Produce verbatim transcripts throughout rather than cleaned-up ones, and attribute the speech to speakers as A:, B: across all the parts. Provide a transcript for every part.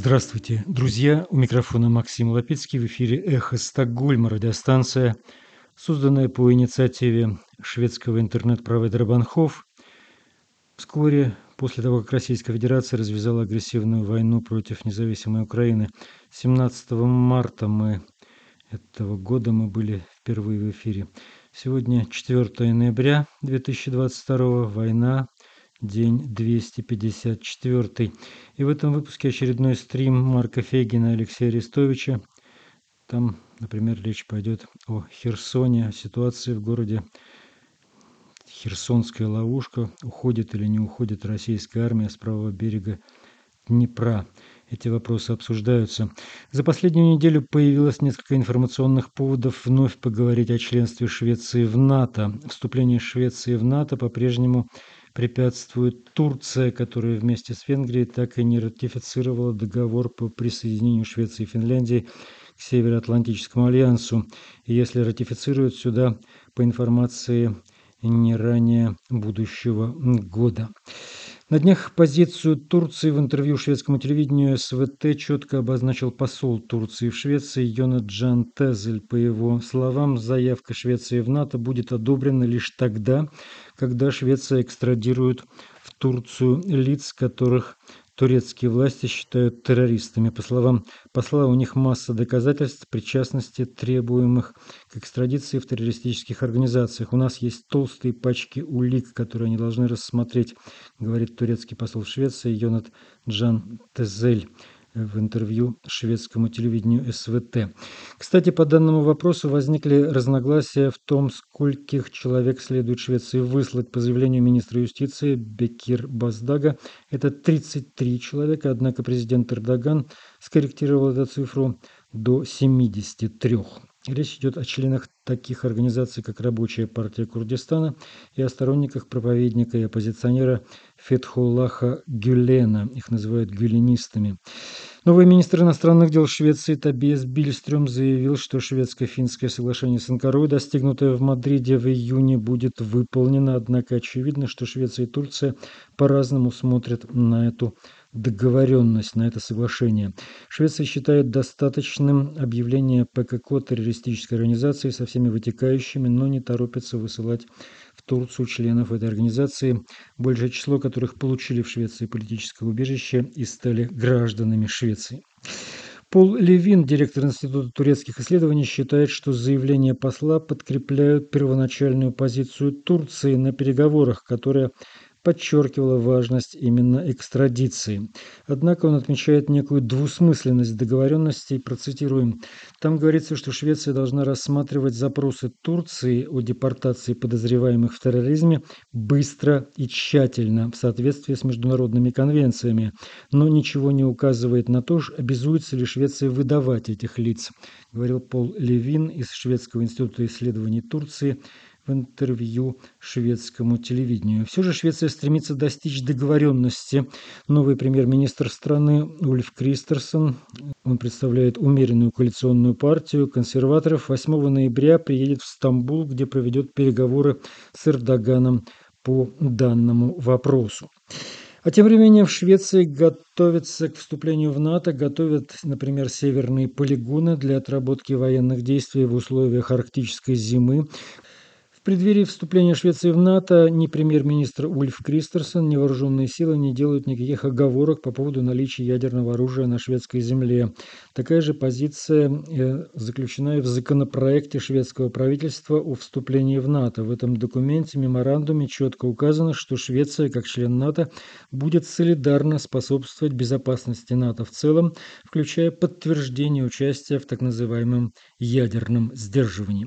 A: Здравствуйте, друзья! У микрофона Максим Лапицкий. В эфире «Эхо Стокгольма», радиостанция, созданная по инициативе шведского интернет-провайдера Банхоф. Вскоре после того, как Российская Федерация развязала агрессивную войну против независимой Украины, семнадцатого марта мы этого года мы были впервые в эфире. Сегодня четвёртое ноября две тысячи двадцать второго, война, день двести пятьдесят четвёртый. И в этом выпуске очередной стрим Марка Фейгина и Алексея Арестовича. Там, например, речь пойдет о Херсоне, о ситуации в городе. Херсонская ловушка. Уходит или не уходит российская армия с правого берега Днепра. Эти вопросы обсуждаются. За последнюю неделю появилось несколько информационных поводов вновь поговорить о членстве Швеции в НАТО. Вступление Швеции в НАТО по-прежнему препятствует Турция, которая вместе с Венгрией так и не ратифицировала договор по присоединению Швеции и Финляндии к Североатлантическому альянсу. И если ратифицируют, сюда, по информации, не ранее будущего года. На днях позицию Турции в интервью шведскому телевидению СВТ четко обозначил посол Турции в Швеции Йонатджан Тезель. По его словам, заявка Швеции в НАТО будет одобрена лишь тогда, когда Швеция экстрадирует в Турцию лиц, которых турецкие власти считают террористами. По словам посла, у них масса доказательств причастности требуемых к экстрадиции в террористических организациях. У нас есть толстые пачки улик, которые они должны рассмотреть, говорит турецкий посол в Швеции Йонатджан Тезель в интервью шведскому телевидению СВТ. Кстати, по данному вопросу возникли разногласия в том, скольких человек следует Швеции выслать. По заявлению министра юстиции Бекир Боздага, это тридцать три человека, однако президент Эрдоган скорректировал эту цифру до семидесяти трёх. Речь идет о членах таких организаций, как Рабочая партия Курдистана, и о сторонниках проповедника и оппозиционера Фетхуллаха Гюлена. Их называют гюленистами. Новый министр иностранных дел Швеции Тобиас Бильстрём заявил, что шведско-финское соглашение с Анкарой, достигнутое в Мадриде в июне, будет выполнено. Однако очевидно, что Швеция и Турция по-разному смотрят на эту договоренность, на это соглашение. Швеция считает достаточным объявление ПКК террористической организации со всеми вытекающими, но не торопится высылать в Турцию членов этой организации, большее число которых получили в Швеции политическое убежище и стали гражданами Швеции. Пол Левин, директор Института турецких исследований, считает, что заявления посла подкрепляют первоначальную позицию Турции на переговорах, которая подчеркивала важность именно экстрадиции. Однако он отмечает некую двусмысленность договоренностей. Процитируем. Там говорится, что Швеция должна рассматривать запросы Турции о депортации подозреваемых в терроризме быстро и тщательно в соответствии с международными конвенциями, но ничего не указывает на то, обязуется ли Швеция выдавать этих лиц, говорил Пол Левин из Шведского института исследований Турции в интервью шведскому телевидению. Все же Швеция стремится достичь договоренности. Новый премьер-министр страны Ульф Кристерсон, он представляет умеренную коалиционную партию консерваторов, восьмого ноября приедет в Стамбул, где проведет переговоры с Эрдоганом по данному вопросу. А тем временем в Швеции готовятся к вступлению в НАТО, готовят, например, северные полигоны для отработки военных действий в условиях арктической зимы. В преддверии вступления Швеции в НАТО ни премьер-министр Ульф Кристерсон, ни вооруженные силы не делают никаких оговорок по поводу наличия ядерного оружия на шведской земле. Такая же позиция э, заключена и в законопроекте шведского правительства о вступлении в НАТО. В этом документе, меморандуме четко указано, что Швеция, как член НАТО, будет солидарно способствовать безопасности НАТО в целом, включая подтверждение участия в так называемом ядерном сдерживании.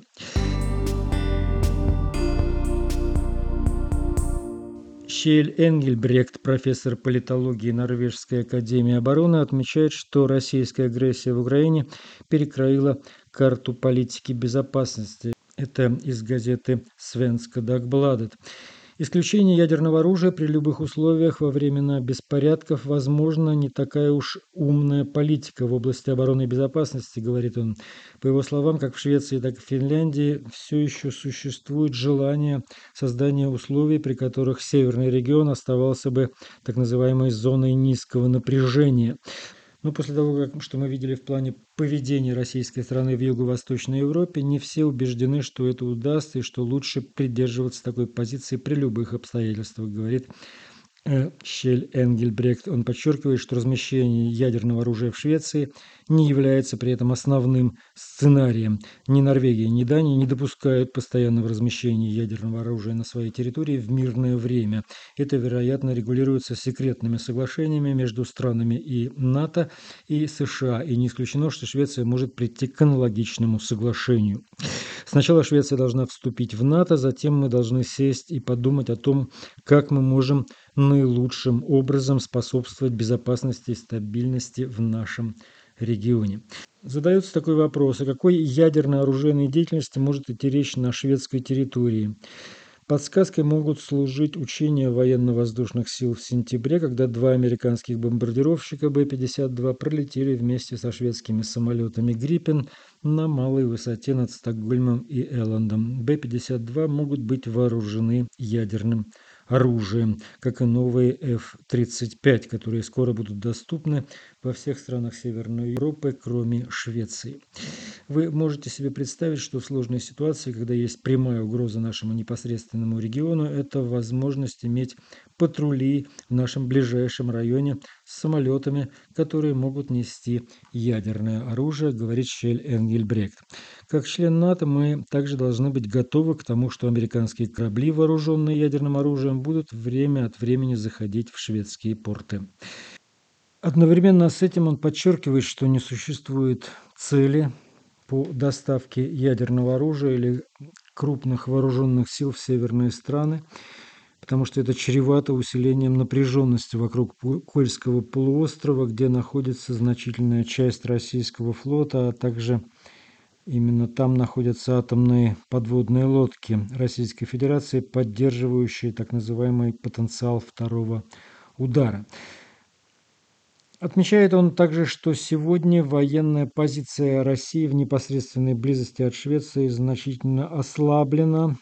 A: Кjell Engelbrekt, профессор политологии Норвежской академии обороны, отмечает, что российская агрессия в Украине перекроила карту политики безопасности. Это из газеты «Svenska Dagbladet». Исключение ядерного оружия при любых условиях во времена беспорядков, возможно, не такая уж умная политика в области обороны и безопасности, говорит он. По его словам, как в Швеции, так и в Финляндии все еще существует желание создания условий, при которых северный регион оставался бы так называемой зоной низкого напряжения. Но после того, как, что мы видели в плане поведения российской страны в Юго-Восточной Европе, не все убеждены, что это удастся и что лучше придерживаться такой позиции при любых обстоятельствах, говорит Кjell Engelbrecht. Он подчеркивает, что размещение ядерного оружия в Швеции не является при этом основным сценарием. Ни Норвегия, ни Дания не допускают постоянного размещения ядерного оружия на своей территории в мирное время. Это, вероятно, регулируется секретными соглашениями между странами и НАТО, и США, и не исключено, что Швеция может прийти к аналогичному соглашению. Сначала Швеция должна вступить в НАТО, затем мы должны сесть и подумать о том, как мы можем наилучшим образом способствовать безопасности и стабильности в нашем регионе. Задается такой вопрос: о какой ядерной оружейной деятельности может идти речь на шведской территории? Подсказкой могут служить учения военно-воздушных сил в сентябре, когда два американских бомбардировщика Бэ пятьдесят два пролетели вместе со шведскими самолетами «Гриппен» на малой высоте над Стокгольмом и Элландом. Бэ пятьдесят два могут быть вооружены ядерным оружием, как и новые Эф тридцать пять, которые скоро будут доступны во всех странах Северной Европы, кроме Швеции. Вы можете себе представить, что в сложной ситуации, когда есть прямая угроза нашему непосредственному региону, это возможность иметь патрули в нашем ближайшем районе с самолетами, которые могут нести ядерное оружие, говорит Кjell Engelbrecht. Как член НАТО мы также должны быть готовы к тому, что американские корабли, вооруженные ядерным оружием, будут время от времени заходить в шведские порты. Одновременно с этим он подчеркивает, что не существует цели по доставке ядерного оружия или крупных вооруженных сил в северные страны, потому что это чревато усилением напряженности вокруг Кольского полуострова, где находится значительная часть российского флота, а также именно там находятся атомные подводные лодки Российской Федерации, поддерживающие так называемый потенциал второго удара. Отмечает он также, что сегодня военная позиция России в непосредственной близости от Швеции значительно ослаблена,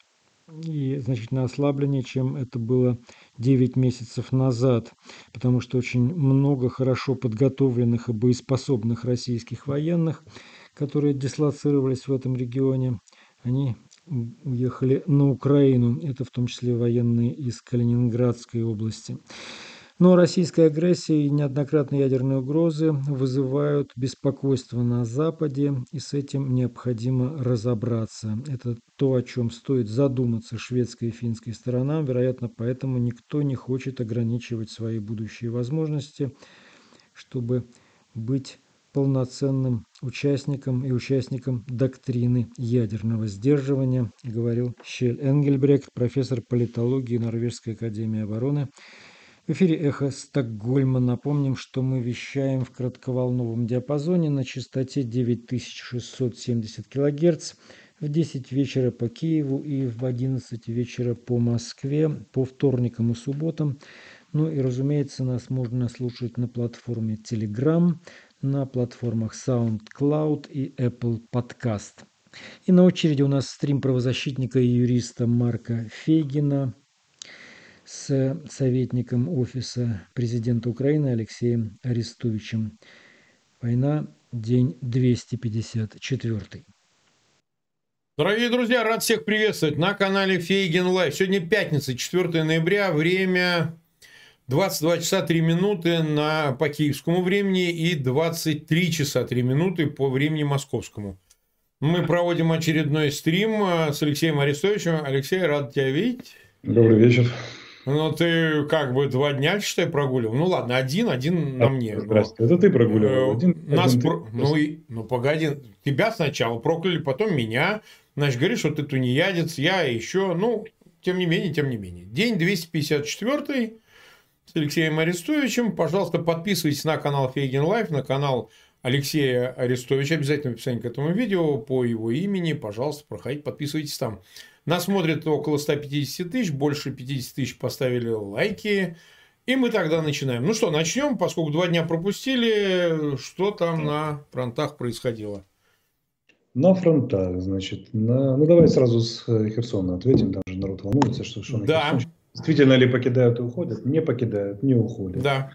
A: и значительно ослабленнее, чем это было девять месяцев назад, потому что очень много хорошо подготовленных и боеспособных российских военных, которые дислоцировались в этом регионе, они уехали на Украину, это в том числе военные из Калининградской области. Но российская агрессия и неоднократные ядерные угрозы вызывают беспокойство на Западе, и с этим необходимо разобраться. Это то, о чем стоит задуматься шведской и финской сторонам. Вероятно, поэтому никто не хочет ограничивать свои будущие возможности, чтобы быть полноценным участником и участником доктрины ядерного сдерживания, говорил Кjell Engelbrecht, профессор политологии Норвежской академии обороны. В эфире «Эхо Стокгольма». Напомним, что мы вещаем в кратковолновом диапазоне на частоте девять тысяч шестьсот семьдесят килогерц в десять вечера по Киеву и в одиннадцать вечера по Москве, по вторникам и субботам. Ну и, разумеется, нас можно слушать на платформе Telegram, на платформах SoundCloud и Apple Podcast. И на очереди у нас стрим правозащитника и юриста Марка Фейгина с советником Офиса президента Украины Алексеем Арестовичем. Война, день двести пятьдесят четыре.
B: Дорогие друзья, рад всех приветствовать на канале Фейгин Лайв. Сегодня пятница, четвёртое ноября, время двадцать два часа три минуты на, по киевскому времени и двадцать три часа три минуты по времени московскому. Мы проводим очередной стрим с Алексеем Арестовичем. Алексей, рад тебя видеть.
C: Добрый вечер.
B: Ну, ты как бы два дня, считай, прогуливал. Ну, ладно, один, один на мне.
C: Здравствуйте, это ты прогуливал. Один,
B: Нас
C: один
B: про...
C: ты...
B: ну, и... ну, погоди, тебя сначала прокляли, потом меня. Значит, говоришь, что ты тунеядец, я еще. Ну, тем не менее, тем не менее. День двести пятьдесят четыре с Алексеем Арестовичем. Пожалуйста, подписывайтесь на канал Фейгин Лайв, на канал Алексея Арестовича. Обязательно описание к этому видео по его имени. Пожалуйста, проходите, подписывайтесь там. Нас смотрит около ста пятидесяти тысяч, больше пятидесяти тысяч поставили лайки. И мы тогда начинаем. Ну что, начнем, поскольку два дня пропустили. Что там на фронтах происходило?
C: На фронтах, значит. На... Ну, давай сразу с Херсона ответим. Там же народ волнуется, что, что на
B: да.
C: Херсоне. Действительно ли покидают и уходят? Не покидают, не уходят.
B: Да.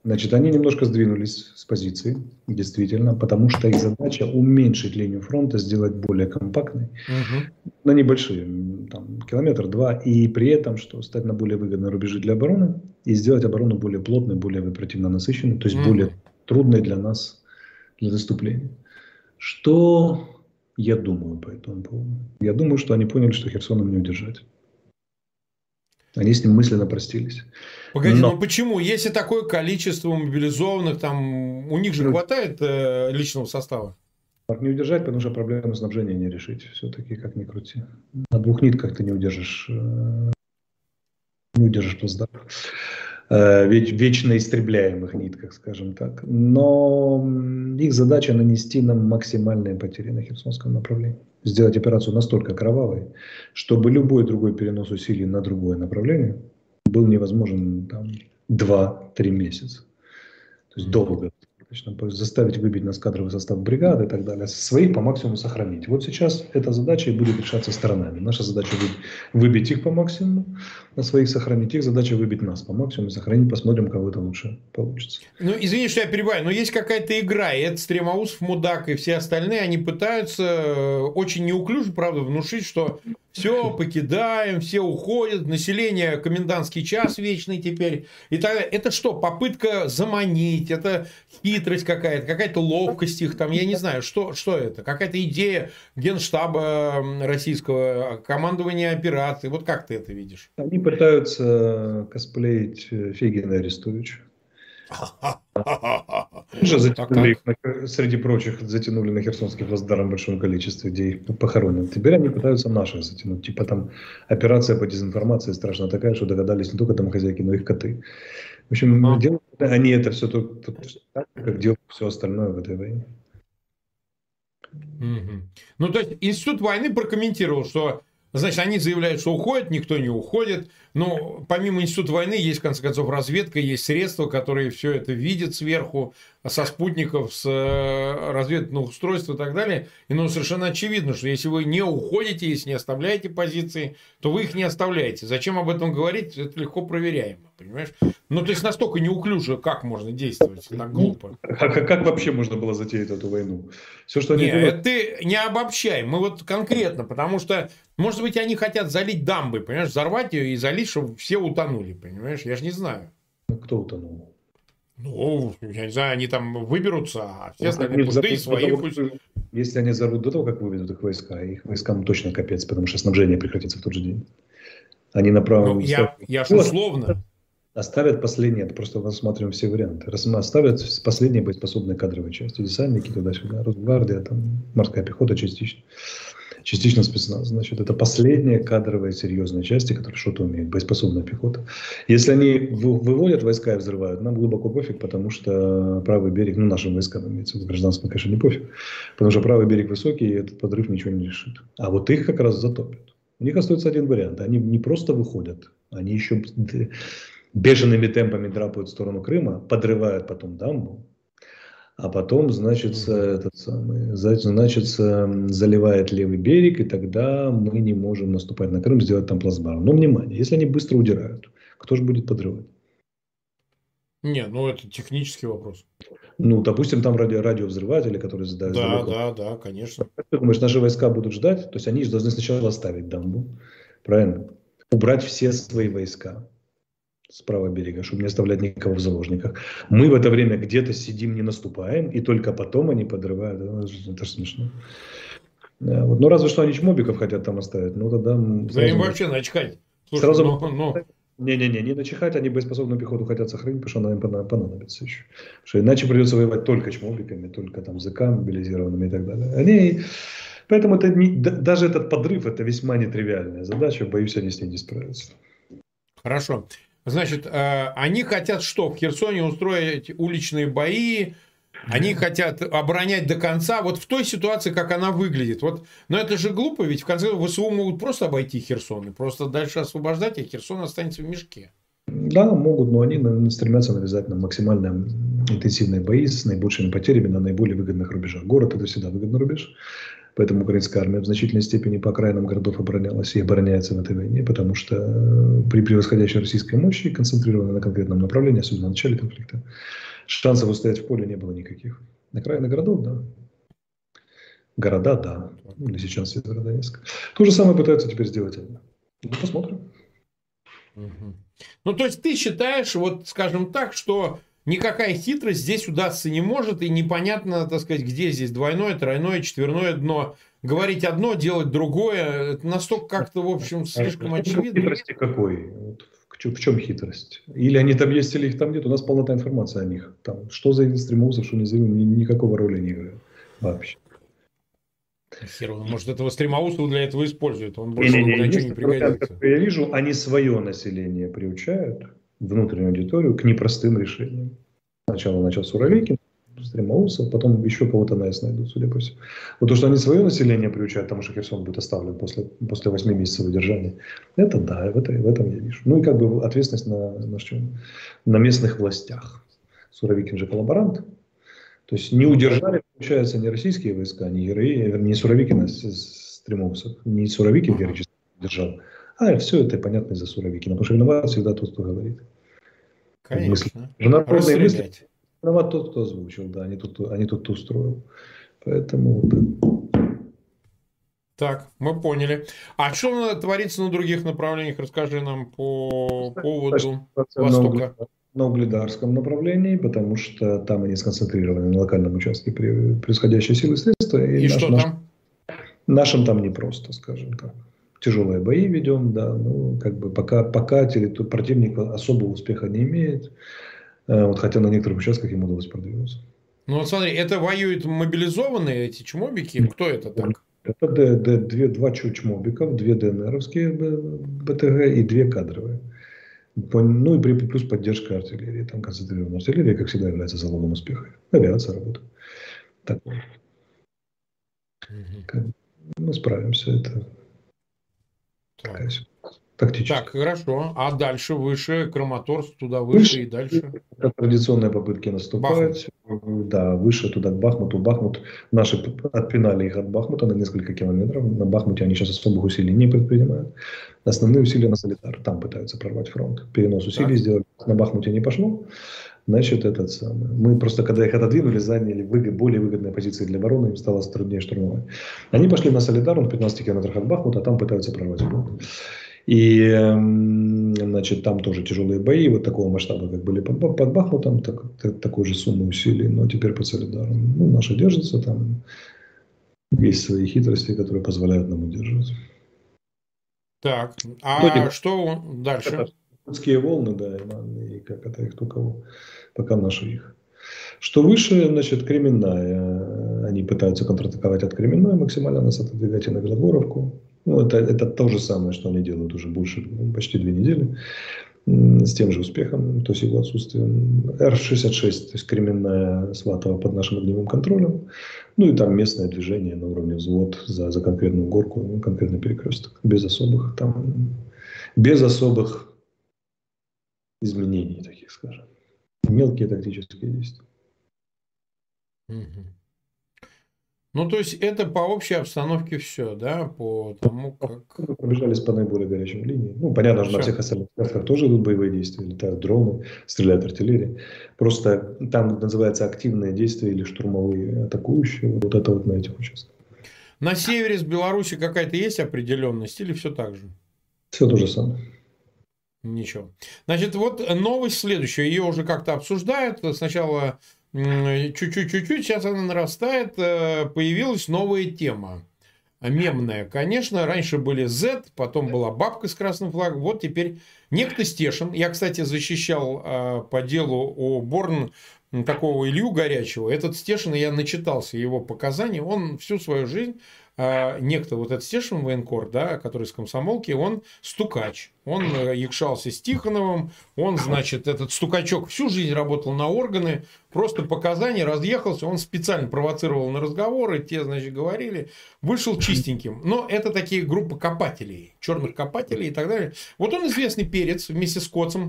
C: Значит, они немножко сдвинулись с позиции, действительно, потому что их задача уменьшить линию фронта, сделать более компактной,
B: Угу.
C: на небольшие, там, километр-два, и при этом, что стать на более выгодные рубежи для обороны и сделать оборону более плотной, более оперативно насыщенной, то есть
B: Угу.
C: более трудной для нас для наступления. Что я думаю по этому поводу? Я думаю, что они поняли, что Херсоном не удержать. Они с ним мысленно простились.
B: Погоди,
C: Но
B: ну почему? Если такое количество мобилизованных, там у них же
C: Ну,
B: хватает э, личного состава?
C: как не удержать, потому что проблему снабжения не решить. Все-таки как ни крути. На двух нитках ты не удержишь, э, не удержишь плацдарм. Э, Ведь вечно истребляемых нитках, скажем так. Но м, их задача нанести нам максимальные потери на Херсонском направлении. Сделать операцию настолько кровавой, чтобы любой другой перенос усилий на другое направление был невозможен там два-три месяца. То есть долго. То есть заставить выбить нас кадровый состав бригады и так далее. Своих по максимуму сохранить. Вот сейчас эта задача и будет решаться сторонами. Наша задача выбить, выбить их по максимуму, на своих сохранить. Их задача выбить нас по максимуму, сохранить. Посмотрим, кого это лучше получится.
B: Ну, извини, что я перебиваю, но есть какая-то игра, и это Стремоусов, Мудак и все остальные, они пытаются э, очень неуклюже, правда, внушить, что все, покидаем, все уходят, население, комендантский час вечный теперь. И так далее. Это что, попытка заманить, это хитрость какая-то, какая-то ловкость их там, я не знаю, что, что это? Какая-то идея Генштаба российского, командования операции, вот как ты это видишь?
C: Они пытаются косплеить Фегина и Арестовича. Уже затянули их на, среди прочих, затянули на Херсонский плацдарм в большом количестве, где их похоронят. Теперь они пытаются наших затянуть. Типа там операция по дезинформации страшно такая, что догадались не только домохозяйки, но и их коты. В общем, а. делают они это все так, как делают все остальное в этой войне.
B: Угу. Ну, то есть, Институт войны прокомментировал, что, значит, они заявляют, что уходят, никто не уходит. Но помимо Института войны есть, в конце концов, разведка, есть средства, которые все это видят сверху, со спутников, с разведывательных устройств и так далее. И ну, совершенно очевидно, что если вы не уходите, если не оставляете позиции, то вы их не оставляете. Зачем об этом говорить? Это легко проверяемо, понимаешь? Ну, то есть, настолько неуклюже, как можно действовать, так глупо.
C: А как, как вообще можно было затеять эту войну? Все, что они
B: не,
C: делают...
B: ты не обобщай. Мы вот конкретно, потому что, может быть, они хотят залить дамбы, понимаешь, взорвать ее и залить, чтобы все утонули, понимаешь? Я же не знаю.
C: Кто утонул?
B: Ну, я не знаю, они там выберутся, а все остальные пустые, свои пусть...
C: Если они взорвут до того, как выведут их войска, их войскам точно капец, потому что снабжение прекратится в тот же день. Они направо...
B: Ну, я, я же условно...
C: Оставят последние, это просто рассматриваем все варианты. Оставят последние боеспособные кадровые части. Десантники туда-сюда, Росгвардия, там, морская пехота частично. Частично спецназ. Значит, это последние кадровые серьезные части, которые что-то умеют. Боеспособная пехота. Если они выводят войска и взрывают, нам глубоко пофиг, потому что правый берег, ну, нашим войскам имеется, в гражданском, конечно, не пофиг. Потому что правый берег высокий, и этот подрыв ничего не решит. А вот их как раз затопят. У них остается один вариант. Они не просто выходят, они еще... бешеными темпами драпают в сторону Крыма, подрывают потом дамбу, а потом, значит, mm-hmm. этот самый, значит, заливает левый берег, и тогда мы не можем наступать на Крым, сделать там плацдарм. Но, внимание, если они быстро удирают, кто же будет подрывать?
B: Не, ну это технический вопрос.
C: Ну, допустим, там ради, радиовзрыватели, которые задают.
B: Да, да, да, конечно.
C: Ты думаешь, наши войска будут ждать? То есть они же должны сначала оставить дамбу, правильно? Убрать все свои войска с правого берега, чтобы не оставлять никого в заложниках. Мы в это время где-то сидим, не наступаем, и только потом они подрывают. Это же смешно. Да, вот. Ну, разве что они чмобиков хотят там оставить. Ну, тогда...
B: Да им вообще начхать. Слушай,
C: сразу...
B: ну, ну...
C: Не-не-не, не начихать, они боеспособную пехоту хотят сохранить, потому что она им понадобится еще. Потому что иначе придется воевать только чмобиками, только там зэками мобилизированными и так далее. Они... Поэтому это не... даже этот подрыв, это весьма нетривиальная задача. Боюсь, они с ней не справятся.
B: Хорошо. Значит, они хотят что? В Херсоне устроить уличные бои, они хотят оборонять до конца. Вот в той ситуации, как она выглядит. Вот, но это же глупо, ведь в конце ВСУ могут просто обойти Херсон и просто дальше освобождать, а Херсон останется в мешке.
C: Да, могут, но они стремятся навязать нам максимально интенсивные бои с наибольшими потерями на наиболее выгодных рубежах. Город – это всегда выгодный рубеж. Поэтому украинская армия в значительной степени по окраинам городов оборонялась и обороняется в этой войне, потому что при превосходящей российской мощи, концентрированной на конкретном направлении, особенно в начале конфликта, шансов устоять в поле не было никаких. Окраины городов, да. Города, да. Ну, или сейчас Северодонецк. То же самое пытаются теперь сделать они. Ну, посмотрим.
B: Угу. Ну, то есть, ты считаешь, вот, скажем так, что никакая хитрость здесь удастся не может, и непонятно, так сказать, где здесь двойное, тройное, четверное дно. Говорить одно, делать другое, это настолько как-то, в общем, слишком
C: а
B: очевидно.
C: Хитрости какой? Вот в чем хитрость? Или они там есть, или их там нет? У нас полнота информации о них. Там, что за стримоусов, что не за ни, никакого роли не играет вообще.
B: Хер, он, может, этого стримауса для этого использует. Он больше
C: Не, не,
B: ни на что
C: не
B: не пригодится.
C: Я вижу, они свое население приучают, внутреннюю аудиторию, к непростым решениям. Сначала начал Суровикин, стримаусов, потом еще кого-то на АЭС найдут, судя по всему. Вот то, что они свое население приучают, потому что Херсон будет оставлен после, после восьми месяцев удержания, это да, в, это, в этом я вижу. Ну и как бы ответственность на, на, что, на местных властях. Суровикин же коллаборант. То есть не удержали, получается, не российские войска, не герои, не Суровикина с стримаусов, не Суровикин героически держал, а все это понятно из-за Суровикина, потому что виноват всегда тот, кто говорит.
B: Конечно.
C: Международные мысли виноват тот, кто озвучил, да, а не тот, а не тот, кто устроил. Поэтому, да.
B: Так, мы поняли. А что творится на других направлениях? Расскажи нам по поводу Востока.
C: На угледарском направлении, потому что там они сконцентрированы на локальном участке происходящей силы средства.
B: И, и наш, что наш, там?
C: Нашим там непросто, скажем так. Тяжелые бои ведем, да, ну, как бы пока, пока противник особого успеха не имеет, вот, хотя на некоторых участках ему удалось продвинуться.
B: Ну вот смотри, это воюют мобилизованные эти чмобики? Кто это так?
C: Это д, д, две, два чмобиков, две ДНРовские БТГ и две кадровые. Ну и при, плюс поддержка артиллерии. Там концентрированная артиллерия, как всегда, является залогом успеха. Авиация работает. Так вот. Угу. Мы справимся. Это
B: так.
C: Тактически.
B: Так, хорошо. А дальше выше, Краматорск, туда выше, выше и дальше?
C: Это традиционные попытки наступать. Бахмут. Да, выше туда к Бахмуту. Бахмут. Наши отпинали их от Бахмута на несколько километров. На Бахмуте они сейчас особых усилий не предпринимают. Основные усилия на Солидар. Там пытаются прорвать фронт. Перенос усилий так. сделали. На Бахмуте не пошло. Значит, этот самый. Мы просто, когда их отодвинули, заняли выгод, более выгодные позиции для обороны, им стало труднее штурмовать. Они пошли на Солидар, он в пятнадцати километрах от Бахмута, а там пытаются прорвать фронт. И, значит, там тоже тяжелые бои, вот такого масштаба, как были под, под Бахмутом, так, так, такой же суммы усилий, но теперь под Солидаром. Ну, наши держатся, там есть свои хитрости, которые позволяют нам удерживать.
B: Так, а что дальше?
C: Людские волны, да, и как это их только пока наши их. Что выше, значит, Кременная. Они пытаются контратаковать от Кременной, максимально нас отодвигать и на Белогоровку. Ну, это, это то же самое, что они делают уже больше, почти две недели, с тем же успехом, то есть его отсутствием. Р шестьдесят шесть, то есть Кременная, Сватово под нашим огневым контролем. Ну и там местное движение на уровне взвод за, за конкретную горку, конкретный перекресток. Без особых, там, без особых изменений, таких, скажем. Мелкие тактические действия.
B: Угу. Ну, то есть, это по общей обстановке все, да, по тому, как...
C: Мы пробежались по наиболее горячим линиям. Ну, понятно, что на всех остальных участках тоже идут боевые действия, летают дроны, стреляют артиллерия. Просто там называется активные действия или штурмовые атакующие. Вот это вот на этих участках.
B: На севере с Беларуси какая-то есть определенность или все так же?
C: Все то же самое.
B: Ничего. Значит, вот новость следующая. Ее уже как-то обсуждают. Сначала... Чуть-чуть-чуть-чуть, сейчас она нарастает, появилась новая тема. Мемная, конечно, раньше были Z, потом была бабка с красным флагом, вот теперь некто Стешин. Я, кстати, защищал по делу о Борн такого Илью Горячего. Этот Стешин, я начитался его показаний, он всю свою жизнь... Некто, вот этот Стешин, военкор, да, который из комсомолки, он стукач. Он якшался с Тихоновым, он, значит, этот стукачок всю жизнь работал на органы, просто показания, разъехался, он специально провоцировал на разговоры, те, значит, говорили, вышел чистеньким. Но это такие группы копателей, черных копателей и так далее. Вот он известный перец вместе с Коцем,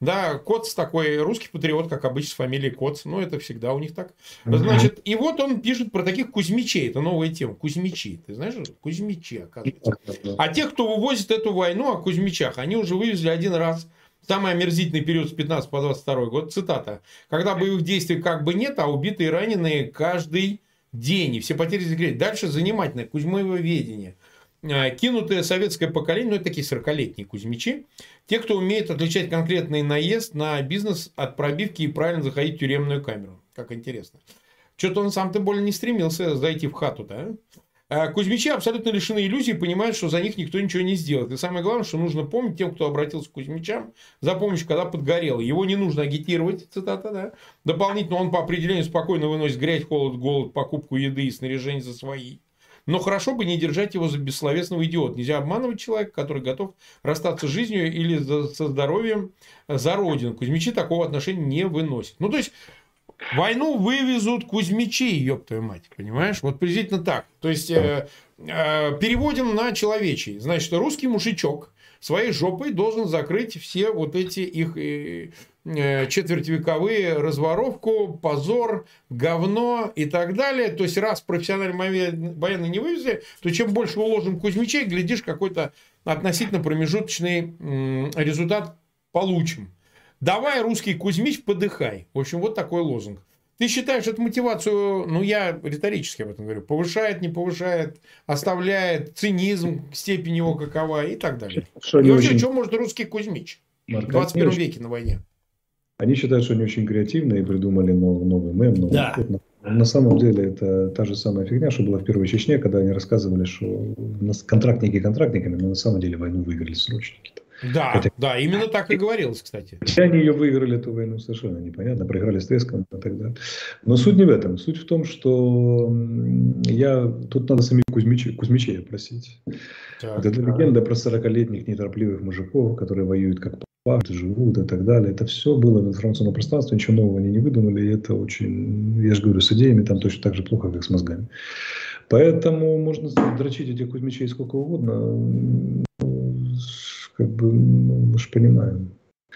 B: Да, Коц такой русский патриот, как обычно, с фамилией Коц. Ну, это всегда у них так. Значит, и вот он пишет про таких Кузьмичей. Это новая тема. Кузьмичи. Ты знаешь, Кузьмичи, оказывается. А тех, кто вывозит эту войну о Кузьмичах, они уже вывезли один раз. Самый омерзительный период с пятнадцатого по двадцать второй год. Цитата. Когда боевых действий как бы нет, а убитые и раненые каждый день. И все потери закрепить. Дальше занимательное Кузьмоведение. Кинутое советское поколение, ну, это такие сорокалетние Кузьмичи, те, кто умеет отличать конкретный наезд на бизнес от пробивки и правильно заходить в тюремную камеру. Как интересно. Что-то он сам-то больно не стремился зайти в хату-то, а? Кузьмичи абсолютно лишены иллюзий, понимают, что за них никто ничего не сделает. И самое главное, что нужно помнить тем, кто обратился к Кузьмичам за помощью, когда подгорело. Его не нужно агитировать, цитата, да. Дополнительно он по определению спокойно выносит грязь, холод, голод, покупку еды и снаряжение за свои. Но хорошо бы не держать его за бессловесного идиота. Нельзя обманывать человека, который готов расстаться с жизнью или за, со здоровьем за родину. Кузьмичи такого отношения не выносят. Ну, то есть, войну вывезут Кузьмичи, ёб твою мать, понимаешь? Вот приблизительно так. То есть, э, э, переводим на человечий. Значит, русский мужичок своей жопой должен закрыть все вот эти их э, э, четвертьвековые разворовку, позор, говно и так далее. То есть, раз профессиональные военные не вывезли, то чем больше уложим Кузьмичей, глядишь, какой-то относительно промежуточный э, результат получим. Давай, русский Кузьмич, подыхай. В общем, вот такой лозунг. Ты считаешь эту мотивацию, ну, я риторически об этом говорю, повышает, не повышает, оставляет, цинизм, степень его какова и так далее. Что и вообще, очень... что может русский Кузьмич Марк, в двадцать первом веке на войне?
C: Они считают, что они очень креативны и придумали новый, новый мем. Новый
B: да.
C: Ход. На самом деле это та же самая фигня, что была в Первой Чечне, когда они рассказывали, что контрактники контрактниками, но на самом деле войну выиграли срочники.
B: Да,
C: Хотя...
B: да, именно так и говорилось, кстати.
C: Хотя они ее выиграли, эту войну, совершенно непонятно, проиграли с треском и так далее. Но суть не в этом. Суть в том, что я... тут надо самих Кузьмичей, Кузьмичей опросить. Так, вот эта да. легенда про сорокалетних неторопливых мужиков, которые воюют как пахнут, живут и так далее. Это все было в информационном пространстве, ничего нового они не выдумали. И это очень, я же говорю, с идеями там точно так же плохо, как с мозгами. Поэтому можно дрочить этих Кузьмичей сколько угодно. Как бы, ну, мы же понимаем.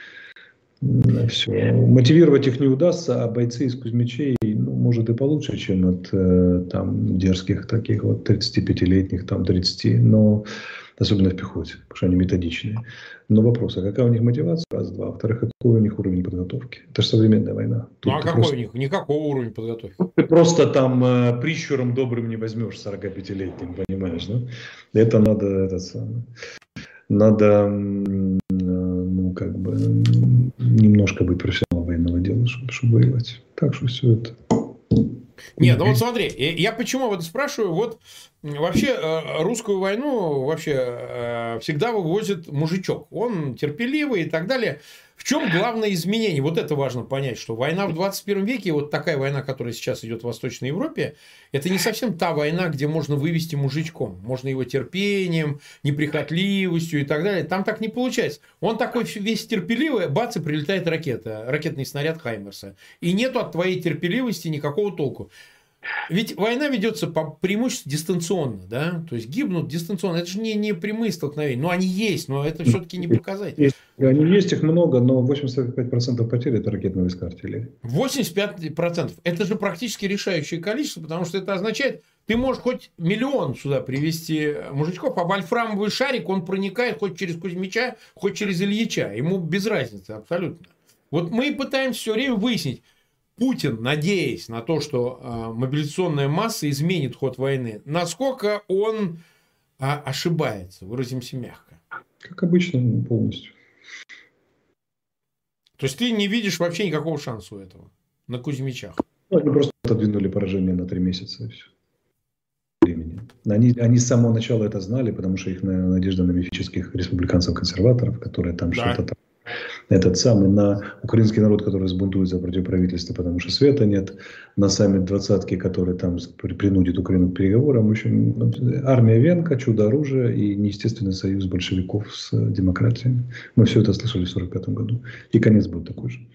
C: Все. Мотивировать их не удастся, а бойцы из Кузьмичей, ну, может и получше, чем от э, там дерзких таких вот тридцатипятилетних, там тридцати, но особенно в пехоте, потому что они методичные. Но вопрос, а какая у них мотивация? Раз, два. Во-вторых, какой у них уровень подготовки? Это же современная война.
B: Тут ну а какой просто... у них? Никакого уровня подготовки.
C: Ты просто там э, прищуром добрым не возьмешь сорокапятилетним, понимаешь, да? Это надо, это самое... Надо, ну, как бы, немножко быть профессионалом военного дела, чтобы, чтобы воевать. Так что все это...
B: Нет, ну вот смотри, я почему об этом спрашиваю. Вот вообще русскую войну вообще всегда вывозит мужичок. Он терпеливый и так далее. В чем главное изменение? Вот это важно понять, что война в двадцать первом веке, вот такая война, которая сейчас идет в Восточной Европе, это не совсем та война, где можно вывести мужичком. Можно его терпением, неприхотливостью и так далее. Там так не получается. Он такой весь терпеливый, бац, и прилетает ракета, ракетный снаряд Хаймерса. И нету от твоей терпеливости никакого толку. Ведь война ведется по преимуществу дистанционно, да, то есть гибнут дистанционно. Это же не, не прямые столкновения, но они есть, но это все-таки не показатель.
C: Есть, они есть, их много, но восемьдесят пять процентов потерь это ракетные войска артиллерии.
B: восемьдесят пять процентов это же практически решающее количество, потому что это означает, ты можешь хоть миллион сюда привезти мужичков, а вольфрамовый шарик, он проникает хоть через Кузьмича, хоть через Ильича, ему без разницы абсолютно. Вот мы пытаемся все время выяснить. Путин, надеясь на то, что э, мобилизационная масса изменит ход войны, насколько он э, ошибается, выразимся мягко.
C: Как обычно, полностью.
B: То есть, ты не видишь вообще никакого шанса у этого на Кузьмичах?
C: Ну, они просто отодвинули поражение на три месяца и все. Времени. Они, они с самого начала это знали, потому что их надежда на мифических республиканцев-консерваторов, которые там да. что-то там... Этот самый, на украинский народ, который сбунтуется против правительства, потому что света нет, на саммит двадцатки, который там принудит Украину к переговорам. В общем, армия Венка, чудо-оружие и неестественный союз большевиков с демократиями. Мы все это слышали в сорок пятом году. И конец будет такой же.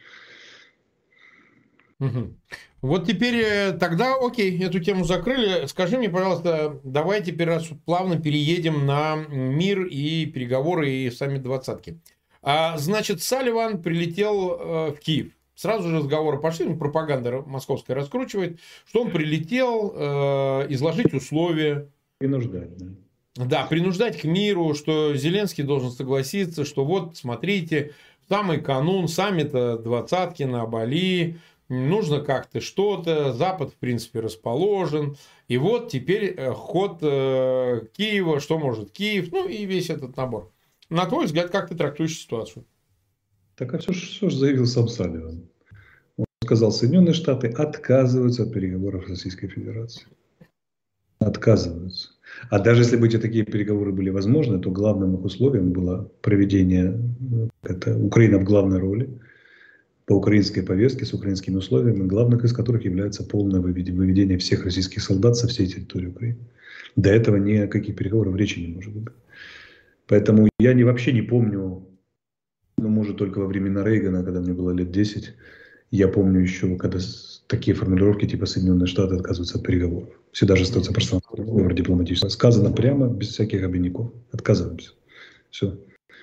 B: Угу. Вот теперь тогда, окей, эту тему закрыли. Скажи мне, пожалуйста, давай теперь раз плавно переедем на мир и переговоры и саммит двадцатки. А, значит, Салливан прилетел э, в Киев. Сразу же разговоры пошли, ну, пропаганда московская раскручивает, что он прилетел э, изложить условия.
C: Принуждать, да.
B: Да, принуждать к миру, что Зеленский должен согласиться, что вот, смотрите, в самый канун саммита двадцатки на Бали, нужно как-то что-то, Запад, в принципе, расположен, и вот теперь ход э, Киева, что может Киев, ну и весь этот набор. На твой взгляд, как ты трактуешь ситуацию?
C: Так а все, все же заявил сам Салливан. Он сказал, Соединенные Штаты отказываются от переговоров с Российской Федерацией. Отказываются. А даже если бы эти такие переговоры были возможны, то главным их условием было проведение, это Украина в главной роли, по украинской повестке, с украинскими условиями, главных из которых является полное выведение всех российских солдат со всей территории Украины. До этого ни о каких переговорах речи не может быть. Поэтому я не, вообще не помню, ну, может, только во времена Рейгана, когда мне было лет десять, я помню еще, когда такие формулировки типа Соединенные Штаты отказываются от переговоров. Всегда же остается пространство переговоров дипломатического. Сказано прямо, без всяких обиняков. Отказываемся. Все.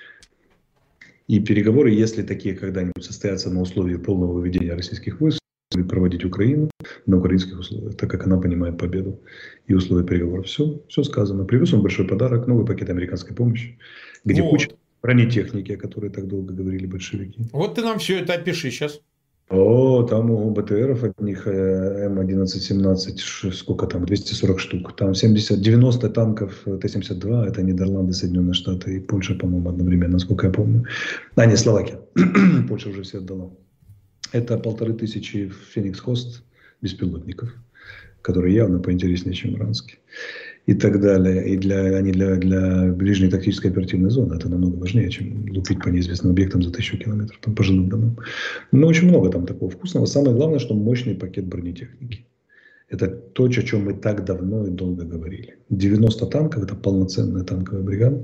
C: И переговоры, если такие когда-нибудь состоятся на условии полного выведения российских войск, будет проводить Украину на украинских условиях, так как она понимает победу и условия переговоров. Все, все сказано. Привез он большой подарок, новый пакет американской помощи, где вот куча бронетехники, о которой так долго говорили большевики.
B: Вот ты нам все это опиши сейчас.
C: О, там у БТРов от них Эм одиннадцать семнадцать, сколько там, двести сорок штук. Там семьдесят, девяносто танков Т семьдесят два, это Нидерланды, Соединенные Штаты и Польша, по-моему, одновременно, насколько я помню. А, не, Словакия. Польша уже все отдала. Это полторы тысячи Феникс Хост беспилотников, которые явно поинтереснее, чем иранские. И так далее. И для, они для, для ближней тактической оперативной зоны это намного важнее, чем лупить по неизвестным объектам за тысячу километров, там, по жилым домам. Но очень много там такого вкусного. Самое главное, что мощный пакет бронетехники. Это то, о чем мы так давно и долго говорили. девяносто танков – это полноценная танковая бригада.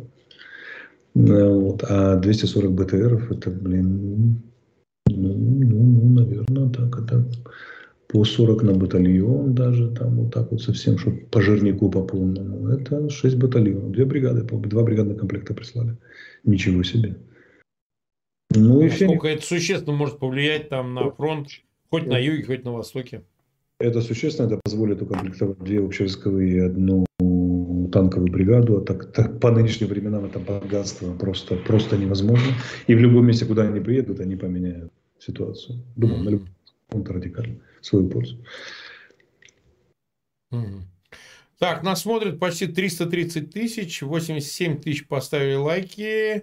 C: Вот. А двести сорок БТРов – это, блин, ну, ну, ну, наверное, так, это... по сорок на батальон даже, там вот так вот совсем, чтобы по жирнику по полному. Это шесть батальонов, две бригады, два бригадных комплекта прислали. Ничего себе. Ну, и
B: насколько это существенно может повлиять там на фронт, хоть на юге, хоть на востоке?
C: Это существенно, это позволит укомплектовать две общевойсковые и одну танковую бригаду. А так, так, по нынешним временам это богатство просто, просто невозможно. И в любом месте, куда они приедут, они поменяют ситуацию. Думаю, на любом пункте радикально. В свою пользу.
B: Так, нас смотрят почти триста тридцать тысяч, восемьдесят семь тысяч поставили лайки.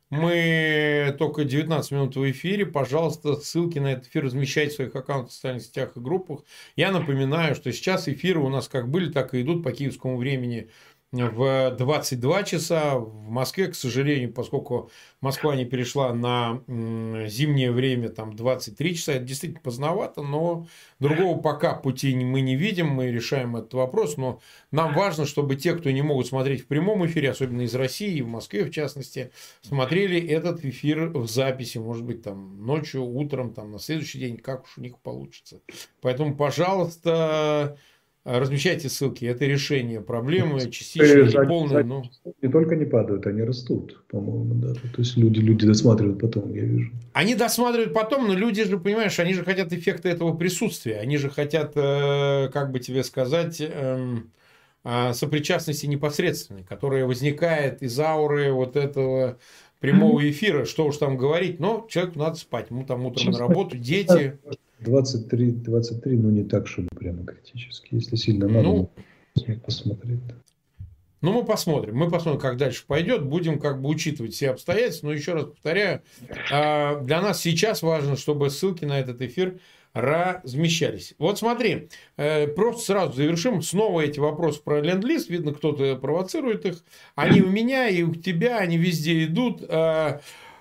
B: Мы только девятнадцать минут в эфире. Пожалуйста, ссылки на этот эфир размещайте в своих аккаунтах, в социальных сетях и группах. Я напоминаю, что сейчас эфиры у нас как были, так и идут по киевскому времени в двадцать два часа. В Москве, к сожалению, поскольку Москва не перешла на зимнее время, там двадцать три часа, это действительно поздновато, но другого пока пути мы не видим, мы решаем этот вопрос, но нам важно, чтобы те, кто не могут смотреть в прямом эфире, особенно из России, в Москве в частности, смотрели этот эфир в записи, может быть, там ночью, утром, там на следующий день, как уж у них получится. Поэтому, пожалуйста, размещайте ссылки. Это решение проблемы, частичной или полной. Но...
C: Не только не падают, они растут, по-моему. Да. То есть люди, люди досматривают потом, я вижу.
B: Они досматривают потом, но люди же, понимаешь, они же хотят эффекта этого присутствия. Они же хотят, э, как бы тебе сказать, э, э, сопричастности непосредственной, которая возникает из ауры вот этого прямого эфира. Что уж там говорить, но человеку надо спать. Ему там утром на работу, дети...
C: двадцать три, двадцать три, ну не так, чтобы прямо критически. Если сильно надо,
B: ну,
C: посмотреть.
B: Ну, мы посмотрим. Мы посмотрим, как дальше пойдет. Будем как бы учитывать все обстоятельства. Но еще раз повторяю, для нас сейчас важно, чтобы ссылки на этот эфир размещались. Вот смотри, просто сразу завершим. Снова эти вопросы про ленд-лиз. Видно, кто-то провоцирует их. Они у меня и у тебя, они везде идут. Я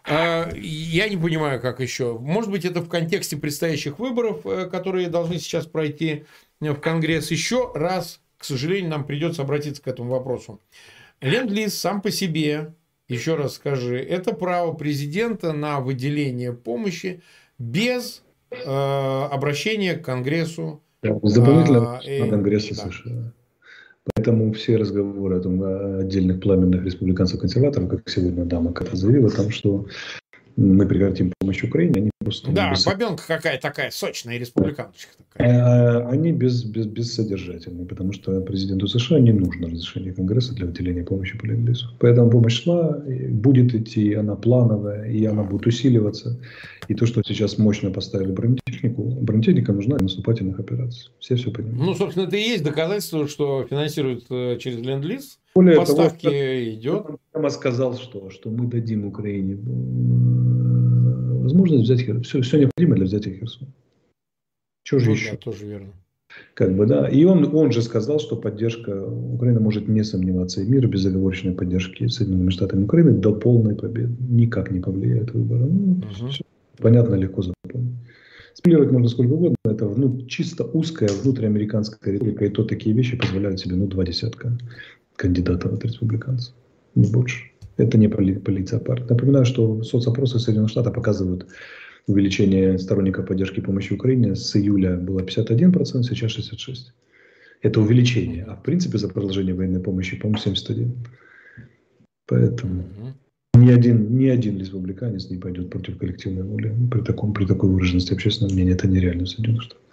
B: не понимаю, как еще. Может быть, это в контексте предстоящих выборов, которые должны сейчас пройти в Конгресс. Еще раз, к сожалению, нам придется обратиться к этому вопросу. Ленд-лиз сам по себе, еще раз скажи, это право президента на выделение помощи без э, обращения к Конгрессу.
C: Да, дополнительно
B: э,
C: на Конгрессе да. США. Поэтому все разговоры о том, о отдельных пламенных республиканцев-консерваторов, как сегодня дама Ката заявила, там, что мы прекратим помощь Украине, они просто...
B: Да,
C: без...
B: бабенка какая такая, сочная, республиканочка такая.
C: Они без, без, бессодержательные, потому что президенту США не нужно разрешение Конгресса для выделения помощи по Ленд-лизу. Поэтому помощь шла, будет идти, она плановая, и она будет усиливаться. И то, что сейчас мощно поставили бронетехнику, бронетехника нужна для наступательных операций. Все все понимают.
B: Ну, собственно, это и есть доказательство, что финансируют через Ленд-лиз.
C: Более
B: Поставки
C: того,
B: идет.
C: он прямо сказал, что, что мы дадим Украине возможность взять Херсон. Все, все необходимое для взятия Херсона. Что же
B: Ну,
C: еще?
B: да, тоже верно.
C: Как бы, да. И он, он же сказал, что поддержка Украины может не сомневаться, и мир безоговорочной поддержки Соединенными Штатами Украины до полной победы никак не повлияет выборы. Ну,
B: Угу.
C: все понятно, легко запомнить. Спилировать можно сколько угодно. Это ну, чисто узкая внутриамериканская риторика, и то такие вещи позволяют себе ну, два десятка кандидатов от республиканцев. Не больше. Это не полиция партии. Напоминаю, что соцопросы Соединенных Штатов показывают увеличение сторонников поддержки помощи Украине с июля было пятьдесят один процент, сейчас шестьдесят шесть процентов. Это увеличение. А в принципе за продолжение военной помощи, по-моему, семьдесят один процент. Поэтому
B: угу.
C: ни один, ни один республиканец не пойдет против коллективной воли. При, таком, при такой выраженности общественного мнения это нереально в Соединенных Штатах.